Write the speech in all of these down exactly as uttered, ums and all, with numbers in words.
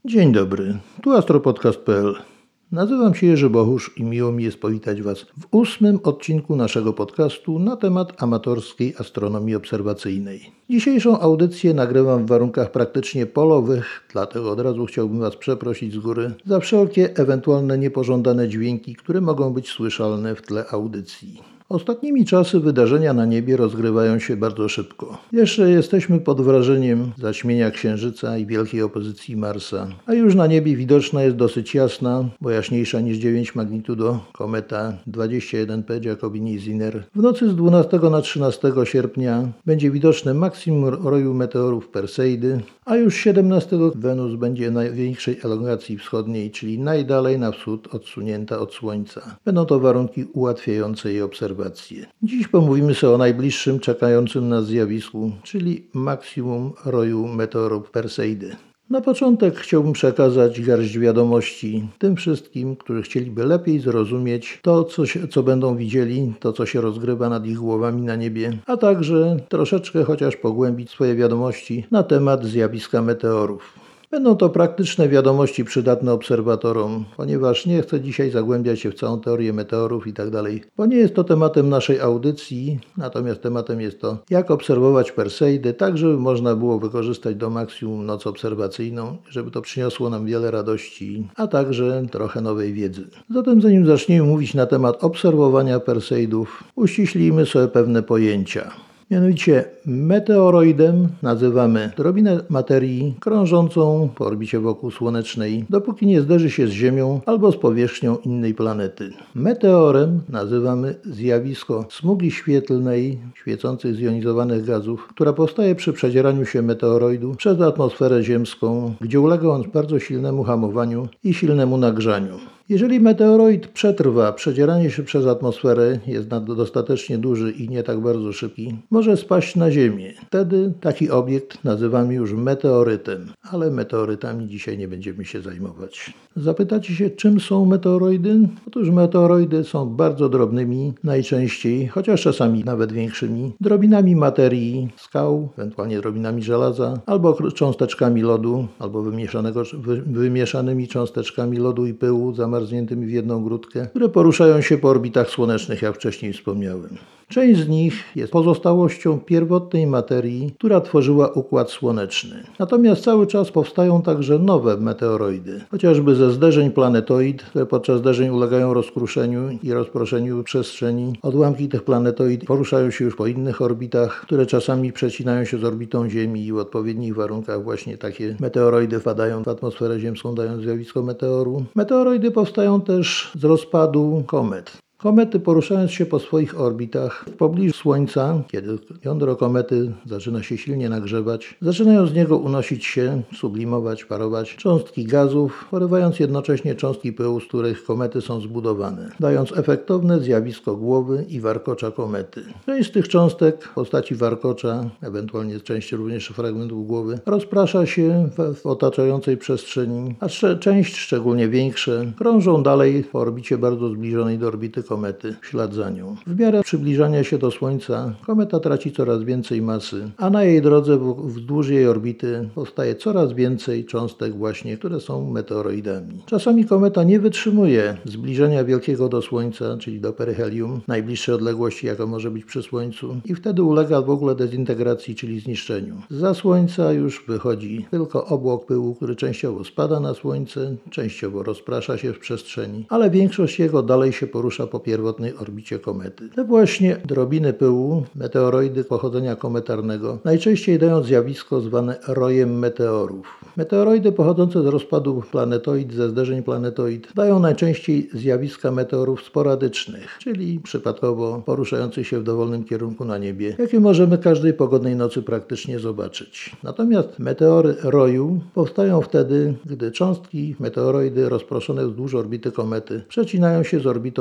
Dzień dobry, tu astropodcast kropka p l. Nazywam się Jerzy Bohusz i miło mi jest powitać Was w ósmym odcinku naszego podcastu na temat amatorskiej astronomii obserwacyjnej. Dzisiejszą audycję nagrywam w warunkach praktycznie polowych, dlatego od razu chciałbym Was przeprosić z góry za wszelkie ewentualne niepożądane dźwięki, które mogą być słyszalne w tle audycji. Ostatnimi czasy wydarzenia na niebie rozgrywają się bardzo szybko. Jeszcze jesteśmy pod wrażeniem zaćmienia Księżyca i wielkiej opozycji Marsa, a już na niebie widoczna jest dosyć jasna, bo jaśniejsza niż dziewięć magnitudo, kometa dwadzieścia jeden P Giacobini-Zinner. W nocy z dwunastego na trzynastego sierpnia będzie widoczne maksimum roju meteorów Perseidy, a już siedemnastego Wenus będzie w największej elongacji wschodniej, czyli najdalej na wschód odsunięta od Słońca. Będą to warunki ułatwiające jej obserwacje. Dziś pomówimy sobie o najbliższym czekającym nas zjawisku, czyli maksimum roju meteorów Perseidy. Na początek chciałbym przekazać garść wiadomości tym wszystkim, którzy chcieliby lepiej zrozumieć to, co, się, co będą widzieli, to, co się rozgrywa nad ich głowami na niebie, a także troszeczkę chociaż pogłębić swoje wiadomości na temat zjawiska meteorów. Będą to praktyczne wiadomości przydatne obserwatorom, ponieważ nie chcę dzisiaj zagłębiać się w całą teorię meteorów i tak dalej, bo nie jest to tematem naszej audycji, natomiast tematem jest to, jak obserwować Perseidy, tak żeby można było wykorzystać do maksimum noc obserwacyjną, żeby to przyniosło nam wiele radości, a także trochę nowej wiedzy. Zatem zanim zaczniemy mówić na temat obserwowania Perseidów, uściślimy sobie pewne pojęcia. Mianowicie meteoroidem nazywamy drobinę materii krążącą po orbicie wokół słonecznej, dopóki nie zderzy się z Ziemią albo z powierzchnią innej planety. Meteorem nazywamy zjawisko smugi świetlnej, świecących zjonizowanych gazów, która powstaje przy przedzieraniu się meteoroidu przez atmosferę ziemską, gdzie ulega on bardzo silnemu hamowaniu i silnemu nagrzaniu. Jeżeli meteoroid przetrwa przedzieranie się przez atmosferę, jest dostatecznie duży i nie tak bardzo szybki, może spaść na Ziemię. Wtedy taki obiekt nazywamy już meteorytem, ale meteorytami dzisiaj nie będziemy się zajmować. Zapytacie się, czym są meteoroidy? Otóż meteoroidy są bardzo drobnymi, najczęściej, chociaż czasami nawet większymi, drobinami materii, skał, ewentualnie drobinami żelaza, albo cząsteczkami lodu, albo wymieszanego, wy, wymieszanymi cząsteczkami lodu i pyłu zamarzniętymi w jedną grudkę, które poruszają się po orbitach słonecznych, jak wcześniej wspomniałem. Część z nich jest pozostałością pierwotnej materii, która tworzyła Układ Słoneczny. Natomiast cały czas powstają także nowe meteoroidy, chociażby ze zderzeń planetoid, które podczas zderzeń ulegają rozkruszeniu i rozproszeniu przestrzeni. Odłamki tych planetoid poruszają się już po innych orbitach, które czasami przecinają się z orbitą Ziemi i w odpowiednich warunkach właśnie takie meteoroidy wpadają w atmosferę ziemską, dając zjawisko meteoru. Meteoroidy powstają też z rozpadu komet. Komety, poruszając się po swoich orbitach w pobliżu Słońca, kiedy jądro komety zaczyna się silnie nagrzewać, zaczynają z niego unosić się, sublimować, parować cząstki gazów, porywając jednocześnie cząstki pyłu, z których komety są zbudowane, dając efektowne zjawisko głowy i warkocza komety. Część z tych cząstek w postaci warkocza, ewentualnie część również fragmentów głowy, rozprasza się w, w otaczającej przestrzeni, a trze- część, szczególnie większe, krążą dalej po orbicie bardzo zbliżonej do orbity komety w ślad za nią. W miarę przybliżania się do Słońca kometa traci coraz więcej masy, a na jej drodze wzdłuż jej orbity powstaje coraz więcej cząstek właśnie, które są meteoroidami. Czasami kometa nie wytrzymuje zbliżenia wielkiego do Słońca, czyli do peryhelium, najbliższej odległości, jaka może być przy Słońcu, i wtedy ulega w ogóle dezintegracji, czyli zniszczeniu. Zza Słońca już wychodzi tylko obłok pyłu, który częściowo spada na Słońce, częściowo rozprasza się w przestrzeni, ale większość jego dalej się porusza po pierwotnej orbicie komety. Te właśnie drobiny pyłu, meteoroidy pochodzenia kometarnego, najczęściej dają zjawisko zwane rojem meteorów. Meteoroidy pochodzące z rozpadu planetoid, ze zderzeń planetoid, dają najczęściej zjawiska meteorów sporadycznych, czyli przypadkowo poruszających się w dowolnym kierunku na niebie, jakie możemy każdej pogodnej nocy praktycznie zobaczyć. Natomiast meteory roju powstają wtedy, gdy cząstki meteoroidy rozproszone wzdłuż orbity komety przecinają się z orbitą Ziemi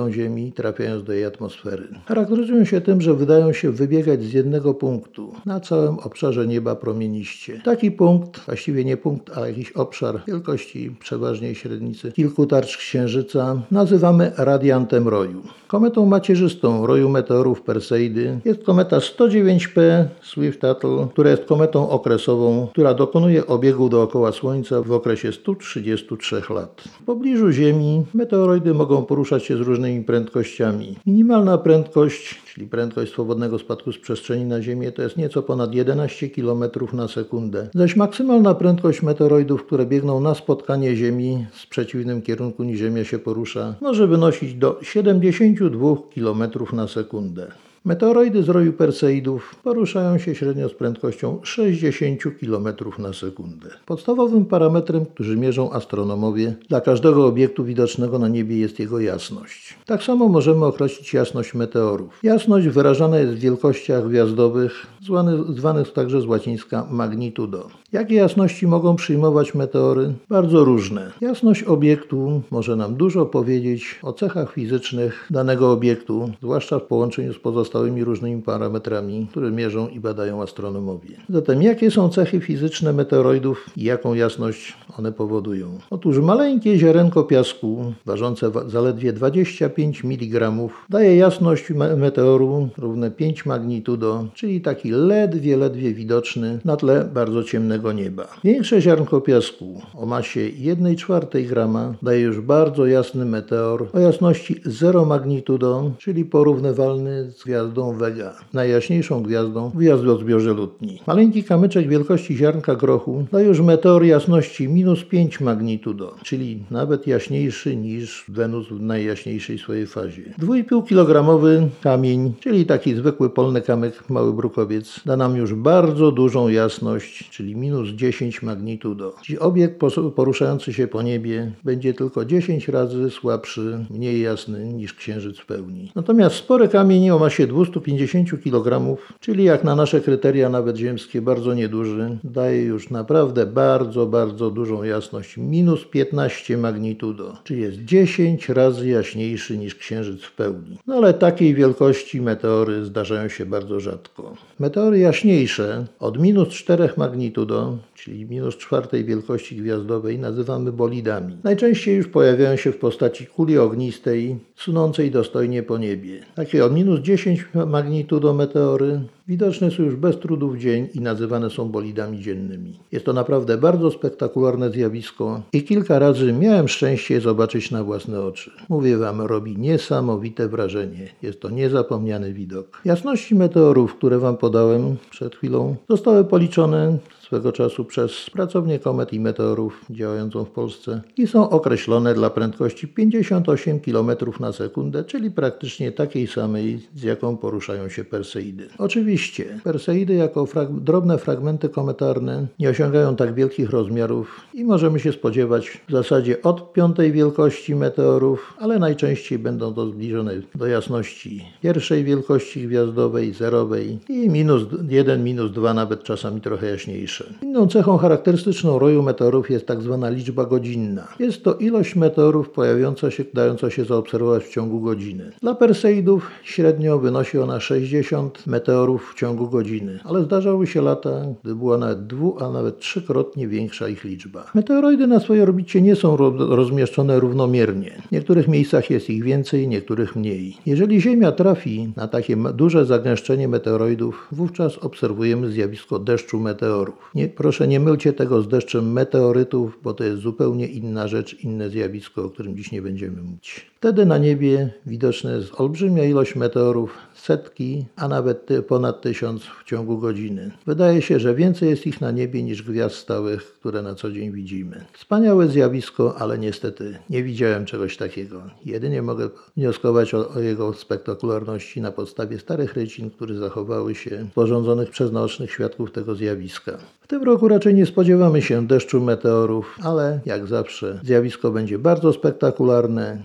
Ziemi, trafiając do jej atmosfery. Charakteryzują się tym, że wydają się wybiegać z jednego punktu na całym obszarze nieba promieniście. Taki punkt, właściwie nie punkt, ale jakiś obszar wielkości przeważnie średnicy kilku tarcz Księżyca nazywamy radiantem roju. Kometą macierzystą roju meteorów Perseidy jest kometa sto dziewięć P Swift-Tuttle, która jest kometą okresową, która dokonuje obiegu dookoła Słońca w okresie stu trzydziestu trzech lat. W pobliżu Ziemi meteoroidy mogą poruszać się z różnymi prędkościami. Minimalna prędkość, czyli prędkość swobodnego spadku z przestrzeni na Ziemię, to jest nieco ponad jedenaście kilometrów na sekundę. Zaś maksymalna prędkość meteoroidów, które biegną na spotkanie Ziemi w przeciwnym kierunku niż Ziemia się porusza, może wynosić do siedemdziesięciu dwóch kilometrów na sekundę. Meteoroidy z roju Perseidów poruszają się średnio z prędkością sześćdziesięciu kilometrów na sekundę. Podstawowym parametrem, który mierzą astronomowie dla każdego obiektu widocznego na niebie, jest jego jasność. Tak samo możemy określić jasność meteorów. Jasność wyrażana jest w wielkościach gwiazdowych, zwanych, zwanych także z łacińska magnitudo. Jakie jasności mogą przyjmować meteory? Bardzo różne. Jasność obiektu może nam dużo powiedzieć o cechach fizycznych danego obiektu, zwłaszcza w połączeniu z pozostałymi różnymi parametrami, które mierzą i badają astronomowie. Zatem jakie są cechy fizyczne meteoroidów i jaką jasność one powodują? Otóż maleńkie ziarenko piasku, ważące zaledwie dwadzieścia pięć miligramów, daje jasność meteoru równe pięć magnitudo, czyli taki ledwie, ledwie widoczny na tle bardzo ciemnego nieba. Większe ziarnko piasku o masie jednej czwartej grama daje już bardzo jasny meteor o jasności zero magnitudo, czyli porównywalny z gwiazdą Vega, najjaśniejszą gwiazdą w gwiazdozbiorze Lutni. Maleńki kamyczek wielkości ziarnka grochu daje już meteor jasności minus pięć magnitudo, czyli nawet jaśniejszy niż Wenus w najjaśniejszej swojej fazie. dwa i pół kilogramowy kamień, czyli taki zwykły polny kamyk, mały brukowiec, da nam już bardzo dużą jasność, czyli minus dziesięć magnitudo. Czyli obiekt poruszający się po niebie będzie tylko dziesięć razy słabszy, mniej jasny niż Księżyc w pełni. Natomiast spory kamień o masie dwieście pięćdziesiąt kilogramów, czyli jak na nasze kryteria nawet ziemskie bardzo nieduży, daje już naprawdę bardzo, bardzo dużą jasność, minus piętnaście magnitudo, czyli jest dziesięć razy jaśniejszy niż Księżyc w pełni. No ale takiej wielkości meteory zdarzają się bardzo rzadko. Meteory jaśniejsze od minus czterech magnitudo, czyli minus czwartej wielkości gwiazdowej, nazywamy bolidami. Najczęściej już pojawiają się w postaci kuli ognistej, sunącej dostojnie po niebie. Takie od minus dziesięć magnitudo meteory widoczne są już bez trudu w dzień i nazywane są bolidami dziennymi. Jest to naprawdę bardzo spektakularne zjawisko i kilka razy miałem szczęście je zobaczyć na własne oczy. Mówię wam, robi niesamowite wrażenie. Jest to niezapomniany widok. Jasności meteorów, które wam podałem przed chwilą, zostały policzone swego czasu przez pracownię komet i meteorów działającą w Polsce i są określone dla prędkości pięćdziesiąt osiem kilometrów na sekundę, czyli praktycznie takiej samej, z jaką poruszają się Perseidy. Oczywiście Perseidy jako frag- drobne fragmenty kometarne nie osiągają tak wielkich rozmiarów i możemy się spodziewać w zasadzie od piątej wielkości meteorów, ale najczęściej będą to zbliżone do jasności pierwszej wielkości gwiazdowej, zerowej i minus jeden, minus dwa, nawet czasami trochę jaśniejsze. Inną cechą charakterystyczną roju meteorów jest tak zwana liczba godzinna. Jest to ilość meteorów pojawiająca się, dająca się zaobserwować w ciągu godziny. Dla Perseidów średnio wynosi ona sześćdziesiąt meteorów w ciągu godziny, ale zdarzały się lata, gdy była nawet dwu, a nawet trzykrotnie większa ich liczba. Meteoroidy na swojej orbicie nie są ro- rozmieszczone równomiernie. W niektórych miejscach jest ich więcej, niektórych mniej. Jeżeli Ziemia trafi na takie duże zagęszczenie meteoroidów, wówczas obserwujemy zjawisko deszczu meteorów. Nie, proszę, nie mylcie tego z deszczem meteorytów, bo to jest zupełnie inna rzecz, inne zjawisko, o którym dziś nie będziemy mówić. Wtedy na niebie widoczna jest olbrzymia ilość meteorów, setki, a nawet ty, ponad tysiąc w ciągu godziny. Wydaje się, że więcej jest ich na niebie niż gwiazd stałych, które na co dzień widzimy. Wspaniałe zjawisko, ale niestety nie widziałem czegoś takiego. Jedynie mogę wnioskować o, o jego spektakularności na podstawie starych rycin, które zachowały się, sporządzonych przez naocznych świadków tego zjawiska. W tym roku raczej nie spodziewamy się deszczu meteorów, ale jak zawsze zjawisko będzie bardzo spektakularne i warto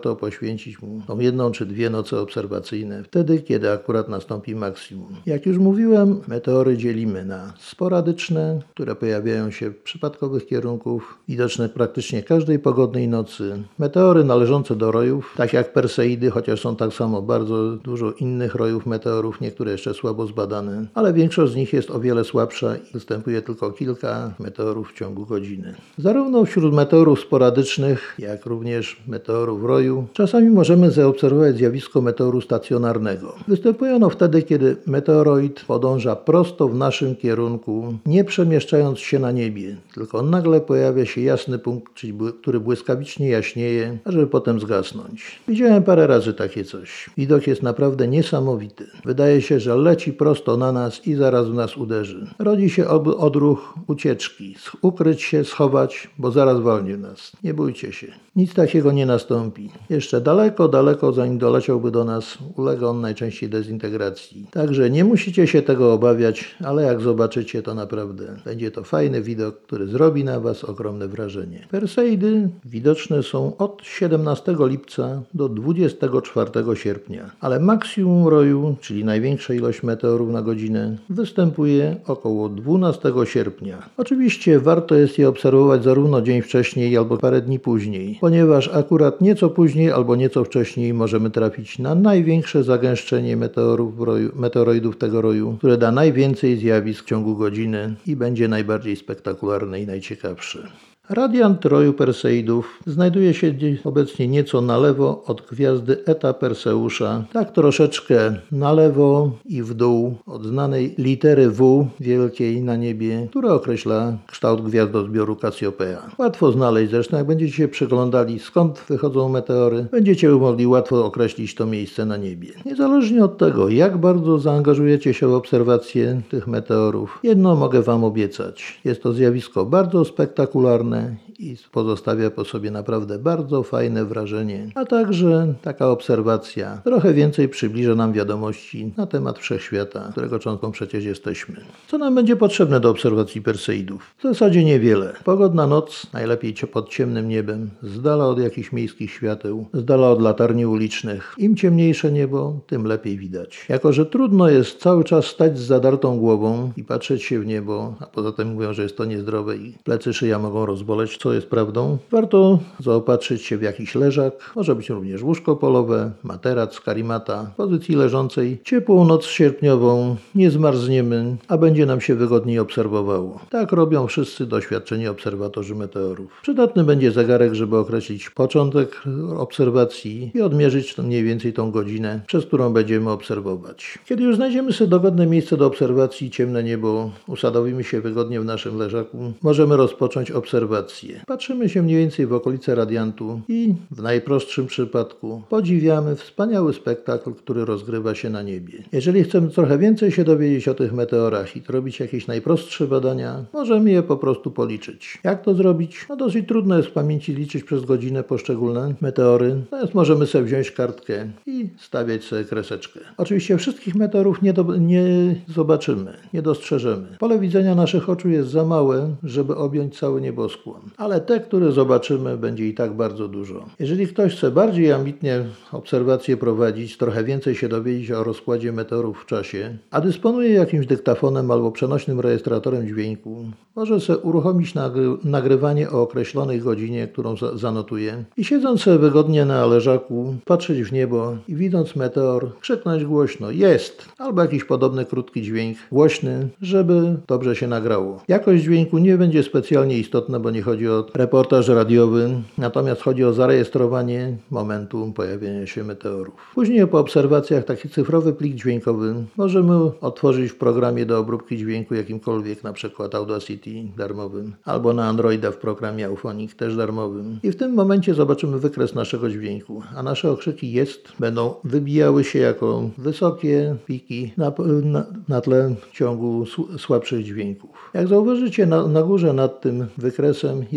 warto poświęcić mu tą jedną czy dwie noce obserwacyjne, wtedy kiedy akurat nastąpi maksimum. Jak już mówiłem, meteory dzielimy na sporadyczne, które pojawiają się w przypadkowych kierunków, widoczne praktycznie każdej pogodnej nocy. Meteory należące do rojów, tak jak Perseidy, chociaż są tak samo bardzo dużo innych rojów meteorów, niektóre jeszcze słabo zbadane, ale większość z nich jest o wiele słabsza i występuje tylko kilka meteorów w ciągu godziny. Zarówno wśród meteorów sporadycznych, jak również meteorów roju, czasami możemy zaobserwować zjawisko meteoru stacjonarnego. Występuje ono wtedy, kiedy meteoroid podąża prosto w naszym kierunku, nie przemieszczając się na niebie, tylko nagle pojawia się jasny punkt, czyli bły, który błyskawicznie jaśnieje, ażeby potem zgasnąć. Widziałem parę razy takie coś. Widok jest naprawdę niesamowity. Wydaje się, że leci prosto na nas i zaraz w nas uderzy. Rodzi się odruch ucieczki, ukryć się, schować, bo zaraz walnie nas. Nie bójcie się. Nic takiego nie nastąpi. Jeszcze daleko, daleko zanim doleciałby do nas, ulega on najczęściej dezintegracji. Także nie musicie się tego obawiać, ale jak zobaczycie, to naprawdę będzie to fajny widok, który zrobi na was ogromne wrażenie. Perseidy widoczne są od siedemnastego lipca do dwudziestego czwartego sierpnia, ale maksimum roju, czyli największa ilość meteorów na godzinę, występuje około dwunastego sierpnia. Oczywiście warto jest je obserwować zarówno dzień wcześniej albo parę dni później, ponieważ akurat nieco później albo nieco wcześniej możemy trafić na największe zagęszczenie meteorów w roju, meteoroidów tego roju, które da najwięcej zjawisk w ciągu godziny i będzie najbardziej spektakularne i najciekawsze. Radiant roju Perseidów znajduje się obecnie nieco na lewo od gwiazdy Eta Perseusza, tak troszeczkę na lewo i w dół od znanej litery W wielkiej na niebie, która określa kształt gwiazdozbioru Cassiopeia. Łatwo znaleźć, zresztą jak będziecie się przyglądali, skąd wychodzą meteory, będziecie mogli łatwo określić to miejsce na niebie. Niezależnie od tego, jak bardzo zaangażujecie się w obserwację tych meteorów, jedno mogę wam obiecać. Jest to zjawisko bardzo spektakularne i pozostawia po sobie naprawdę bardzo fajne wrażenie, a także taka obserwacja trochę więcej przybliża nam wiadomości na temat wszechświata, którego cząstką przecież jesteśmy. Co nam będzie potrzebne do obserwacji Perseidów? W zasadzie niewiele. Pogodna noc, najlepiej pod ciemnym niebem, z dala od jakichś miejskich świateł, z dala od latarni ulicznych. Im ciemniejsze niebo, tym lepiej widać. Jako że trudno jest cały czas stać z zadartą głową i patrzeć się w niebo, a poza tym mówią, że jest to niezdrowe i plecy, szyja mogą rozboleć, co jest prawdą, warto zaopatrzyć się w jakiś leżak, może być również łóżko polowe, materac, karimata, w pozycji leżącej, ciepłą noc sierpniową, nie zmarzniemy, a będzie nam się wygodniej obserwowało. Tak robią wszyscy doświadczeni obserwatorzy meteorów. Przydatny będzie zegarek, żeby określić początek obserwacji i odmierzyć mniej więcej tą godzinę, przez którą będziemy obserwować. Kiedy już znajdziemy sobie dogodne miejsce do obserwacji, ciemne niebo, usadowimy się wygodnie w naszym leżaku, możemy rozpocząć obserwację. Patrzymy się mniej więcej w okolice radiantu i w najprostszym przypadku podziwiamy wspaniały spektakl, który rozgrywa się na niebie. Jeżeli chcemy trochę więcej się dowiedzieć o tych meteorach i robić jakieś najprostsze badania, możemy je po prostu policzyć. Jak to zrobić? No dosyć trudno jest w pamięci liczyć przez godzinę poszczególne meteory, natomiast możemy sobie wziąć kartkę i stawiać sobie kreseczkę. Oczywiście wszystkich meteorów nie, do, nie zobaczymy, nie dostrzeżemy. Pole widzenia naszych oczu jest za małe, żeby objąć cały nieboskłon. Ale te, które zobaczymy, będzie i tak bardzo dużo. Jeżeli ktoś chce bardziej ambitnie obserwacje prowadzić, trochę więcej się dowiedzieć o rozkładzie meteorów w czasie, a dysponuje jakimś dyktafonem albo przenośnym rejestratorem dźwięku, może sobie uruchomić nagry- nagrywanie o określonej godzinie, którą za- zanotuje i siedząc sobie wygodnie na leżaku, patrzeć w niebo i widząc meteor, krzyknąć głośno jest, albo jakiś podobny krótki dźwięk, głośny, żeby dobrze się nagrało. Jakość dźwięku nie będzie specjalnie istotna, bo nie chodzi o reportaż radiowy, natomiast chodzi o zarejestrowanie momentu pojawienia się meteorów. Później po obserwacjach taki cyfrowy plik dźwiękowy możemy otworzyć w programie do obróbki dźwięku jakimkolwiek, na przykład Audacity darmowym, albo na Androida w programie Auphonic też darmowym. I w tym momencie zobaczymy wykres naszego dźwięku, a nasze okrzyki jest będą wybijały się jako wysokie piki na, na, na tle ciągu słabszych dźwięków. Jak zauważycie, na, na górze nad tym wykresem jest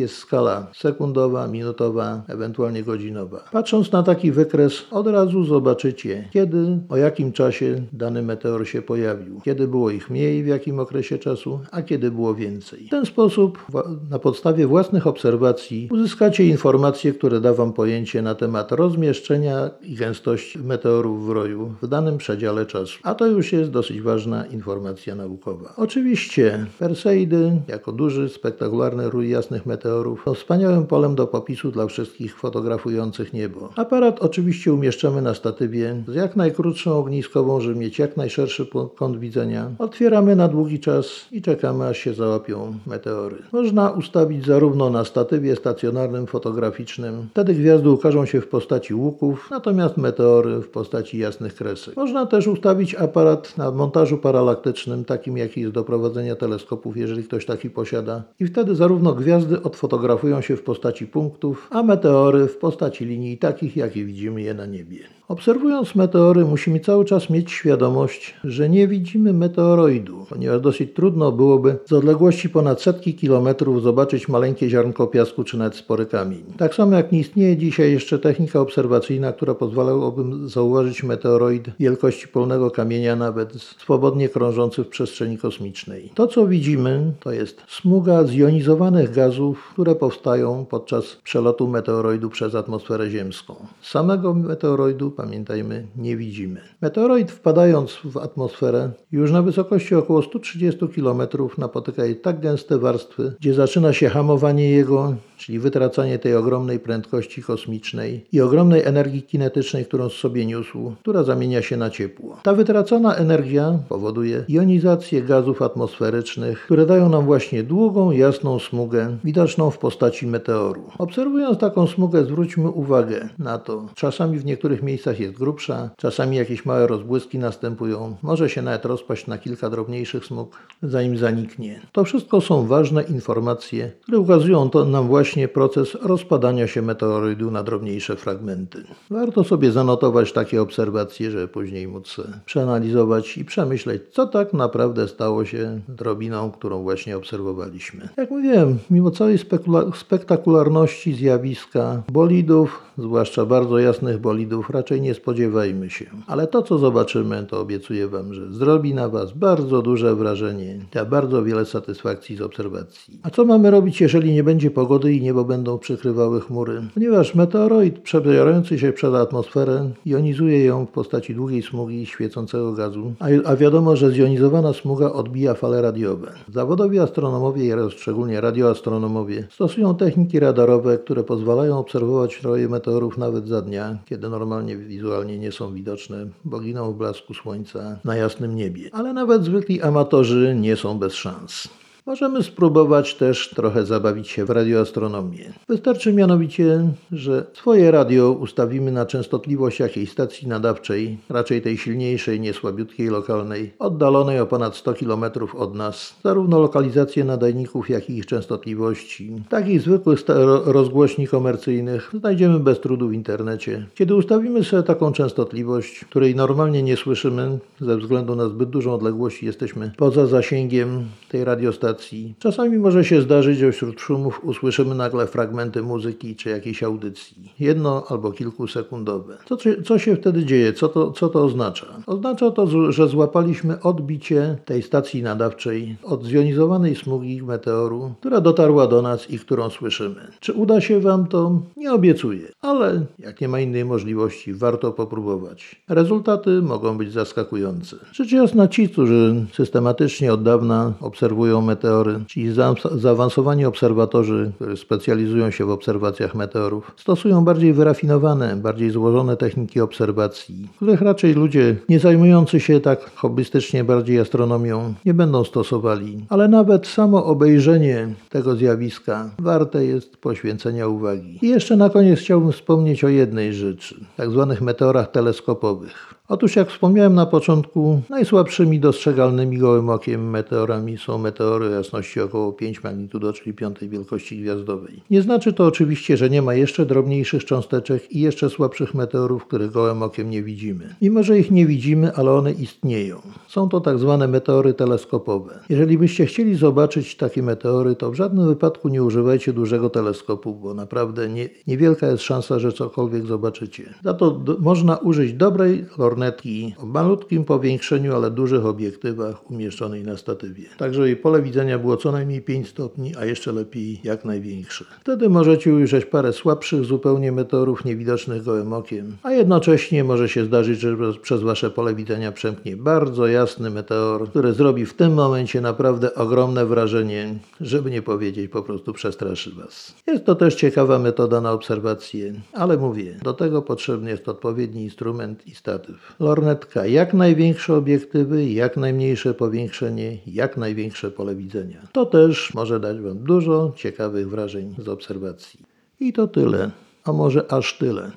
jest skala sekundowa, minutowa, ewentualnie godzinowa. Patrząc na taki wykres, od razu zobaczycie, kiedy, o jakim czasie dany meteor się pojawił, kiedy było ich mniej, w jakim okresie czasu, a kiedy było więcej. W ten sposób, na podstawie własnych obserwacji, uzyskacie informacje, które da Wam pojęcie na temat rozmieszczenia i gęstości meteorów w roju w danym przedziale czasu. A to już jest dosyć ważna informacja naukowa. Oczywiście Perseidy, jako duży, spektakularny rój jasnych meteorów, są wspaniałym polem do popisu dla wszystkich fotografujących niebo. Aparat oczywiście umieszczamy na statywie z jak najkrótszą ogniskową, żeby mieć jak najszerszy kąt widzenia. Otwieramy na długi czas i czekamy, aż się załapią meteory. Można ustawić zarówno na statywie stacjonarnym, fotograficznym. Wtedy gwiazdy ukażą się w postaci łuków, natomiast meteory w postaci jasnych kresek. Można też ustawić aparat na montażu paralaktycznym, takim jaki jest do prowadzenia teleskopów, jeżeli ktoś taki posiada. I wtedy zarówno gwiazdy odfotografują się w postaci punktów, a meteory w postaci linii takich, jakie widzimy je na niebie. Obserwując meteory, musimy cały czas mieć świadomość, że nie widzimy meteoroidu, ponieważ dosyć trudno byłoby z odległości ponad setki kilometrów zobaczyć maleńkie ziarnko piasku czy nawet spory kamień. Tak samo jak nie istnieje dzisiaj jeszcze technika obserwacyjna, która pozwalałaby zauważyć meteoroid wielkości polnego kamienia, nawet swobodnie krążący w przestrzeni kosmicznej. To, co widzimy, to jest smuga zjonizowanych gazów, które powstają podczas przelotu meteoroidu przez atmosferę ziemską. Samego meteoroidu, pamiętajmy, nie widzimy. Meteoroid, wpadając w atmosferę, już na wysokości około sto trzydzieści kilometrów napotyka tak gęste warstwy, gdzie zaczyna się hamowanie jego, czyli wytracanie tej ogromnej prędkości kosmicznej i ogromnej energii kinetycznej, którą sobie niósł, która zamienia się na ciepło. Ta wytracona energia powoduje jonizację gazów atmosferycznych, które dają nam właśnie długą, jasną smugę, widoczną w postaci meteoru. Obserwując taką smugę, zwróćmy uwagę na to. Czasami w niektórych miejscach jest grubsza, czasami jakieś małe rozbłyski następują, może się nawet rozpaść na kilka drobniejszych smug, zanim zaniknie. To wszystko są ważne informacje, które ukazują to nam właśnie proces rozpadania się meteoroidu na drobniejsze fragmenty. Warto sobie zanotować takie obserwacje, żeby później móc przeanalizować i przemyśleć, co tak naprawdę stało się z drobiną, którą właśnie obserwowaliśmy. Jak mówiłem, mimo całej spektakularności zjawiska bolidów, zwłaszcza bardzo jasnych bolidów, raczej nie spodziewajmy się. Ale to, co zobaczymy, to obiecuję Wam, że zrobi na Was bardzo duże wrażenie, da bardzo wiele satysfakcji z obserwacji. A co mamy robić, jeżeli nie będzie pogody i niebo będą przykrywały chmury? Ponieważ meteoroid przebierający się przez atmosferę jonizuje ją w postaci długiej smugi świecącego gazu, a, a wiadomo, że zjonizowana smuga odbija fale radiowe. Zawodowi astronomowie, szczególnie radioastronomowie, stosują techniki radarowe, które pozwalają obserwować roje meteorów nawet za dnia, kiedy normalnie wizualnie nie są widoczne, bo giną w blasku słońca na jasnym niebie. Ale nawet zwykli amatorzy nie są bez szans. Możemy spróbować też trochę zabawić się w radioastronomię. Wystarczy mianowicie, że swoje radio ustawimy na częstotliwość jakiejś stacji nadawczej, raczej tej silniejszej, nie słabiutkiej, lokalnej, oddalonej o ponad sto kilometrów od nas. Zarówno lokalizację nadajników, jak i ich częstotliwości. Takich zwykłych rozgłośni komercyjnych znajdziemy bez trudu w internecie. Kiedy ustawimy sobie taką częstotliwość, której normalnie nie słyszymy, ze względu na zbyt dużą odległość jesteśmy poza zasięgiem tej radiostacji, czasami może się zdarzyć, że wśród szumów usłyszymy nagle fragmenty muzyki czy jakiejś audycji. Jedno albo kilkusekundowe. Co, co się wtedy dzieje? Co to, co to oznacza? Oznacza to, że złapaliśmy odbicie tej stacji nadawczej od zjonizowanej smugi meteoru, która dotarła do nas i którą słyszymy. Czy uda się Wam to? Nie obiecuję, ale jak nie ma innej możliwości, warto popróbować. Rezultaty mogą być zaskakujące. Rzecz jasna, ci, którzy systematycznie od dawna obserwują meteory, czyli zaawansowani obserwatorzy, którzy specjalizują się w obserwacjach meteorów, stosują bardziej wyrafinowane, bardziej złożone techniki obserwacji, których raczej ludzie nie zajmujący się tak hobbystycznie bardziej astronomią nie będą stosowali. Ale nawet samo obejrzenie tego zjawiska warte jest poświęcenia uwagi. I jeszcze na koniec chciałbym wspomnieć o jednej rzeczy, tak zwanych meteorach teleskopowych. Otóż jak wspomniałem na początku, najsłabszymi dostrzegalnymi gołym okiem meteorami są meteory o jasności około pięć magnitudo, czyli piątej wielkości gwiazdowej. Nie znaczy to oczywiście, że nie ma jeszcze drobniejszych cząsteczek i jeszcze słabszych meteorów, których gołym okiem nie widzimy. Mimo że ich nie widzimy, ale one istnieją. Są to tak zwane meteory teleskopowe. Jeżeli byście chcieli zobaczyć takie meteory, to w żadnym wypadku nie używajcie dużego teleskopu, bo naprawdę nie, niewielka jest szansa, że cokolwiek zobaczycie. Za to do, można użyć dobrej lornetki o malutkim powiększeniu, ale dużych obiektywach umieszczonej na statywie. Tak, żeby jej pole widzenia było co najmniej pięć stopni, a jeszcze lepiej jak największe. Wtedy możecie ujrzeć parę słabszych zupełnie meteorów niewidocznych gołym okiem, a jednocześnie może się zdarzyć, że przez wasze pole widzenia przemknie bardzo jasny meteor, który zrobi w tym momencie naprawdę ogromne wrażenie, żeby nie powiedzieć po prostu przestraszy was. Jest to też ciekawa metoda na obserwację, ale mówię, do tego potrzebny jest odpowiedni instrument i statyw. Lornetka, jak największe obiektywy, jak najmniejsze powiększenie, jak największe pole widzenia. To też może dać wam dużo ciekawych wrażeń z obserwacji. I to tyle, a może aż tyle.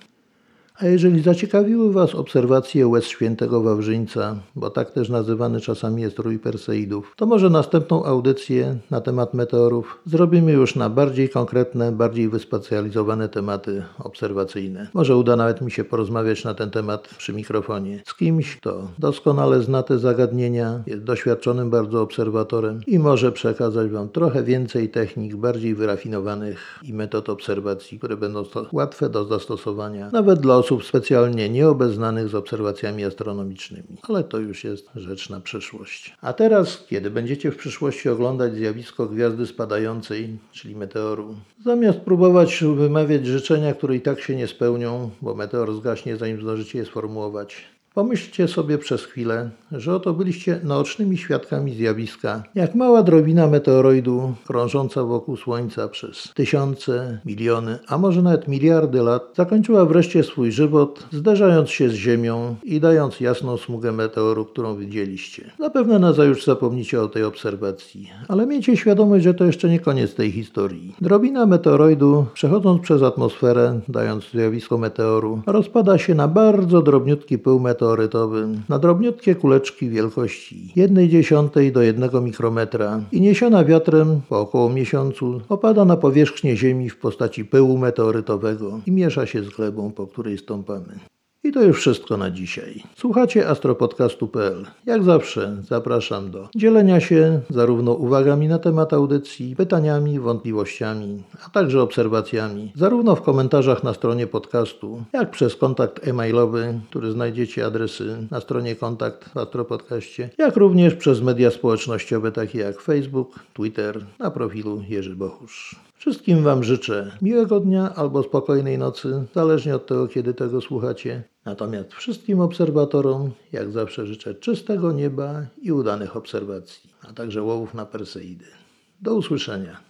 A jeżeli zaciekawiły was obserwacje łez świętego Wawrzyńca, bo tak też nazywany czasami jest rój Perseidów, to może następną audycję na temat meteorów zrobimy już na bardziej konkretne, bardziej wyspecjalizowane tematy obserwacyjne. Może uda nawet mi się porozmawiać na ten temat przy mikrofonie z kimś, kto doskonale zna te zagadnienia, jest doświadczonym bardzo obserwatorem i może przekazać wam trochę więcej technik bardziej wyrafinowanych i metod obserwacji, które będą łatwe do zastosowania, nawet dla osób specjalnie nieobeznanych z obserwacjami astronomicznymi. Ale to już jest rzecz na przyszłość. A teraz, kiedy będziecie w przyszłości oglądać zjawisko gwiazdy spadającej, czyli meteoru, zamiast próbować wymawiać życzenia, które i tak się nie spełnią, bo meteor zgaśnie, zanim zdążycie je sformułować, pomyślcie sobie przez chwilę, że oto byliście naocznymi świadkami zjawiska, jak mała drobina meteoroidu krążąca wokół Słońca przez tysiące, miliony, a może nawet miliardy lat, zakończyła wreszcie swój żywot, zderzając się z Ziemią i dając jasną smugę meteoru, którą widzieliście. Zapewne nazajutrz zapomnicie o tej obserwacji, ale miejcie świadomość, że to jeszcze nie koniec tej historii. Drobina meteoroidu, przechodząc przez atmosferę, dając zjawisko meteoru, rozpada się na bardzo drobniutki pył meteoru, meteorytowym na drobniutkie kuleczki wielkości jednej dziesiątej do jednego mikrometra i niesiona wiatrem po około miesiącu opada na powierzchnię Ziemi w postaci pyłu meteorytowego i miesza się z glebą, po której stąpamy. I to już wszystko na dzisiaj. Słuchacie astropodcastu kropka p l. Jak zawsze zapraszam do dzielenia się zarówno uwagami na temat audycji, pytaniami, wątpliwościami, a także obserwacjami, zarówno w komentarzach na stronie podcastu, jak przez kontakt e-mailowy, który znajdziecie adresy na stronie kontakt w Astropodcaście, jak również przez media społecznościowe takie jak Facebook, Twitter, na profilu Jerzy Bohusz. Wszystkim wam życzę miłego dnia albo spokojnej nocy, zależnie od tego, kiedy tego słuchacie. Natomiast wszystkim obserwatorom, jak zawsze, życzę czystego nieba i udanych obserwacji, a także łowów na Perseidy. Do usłyszenia.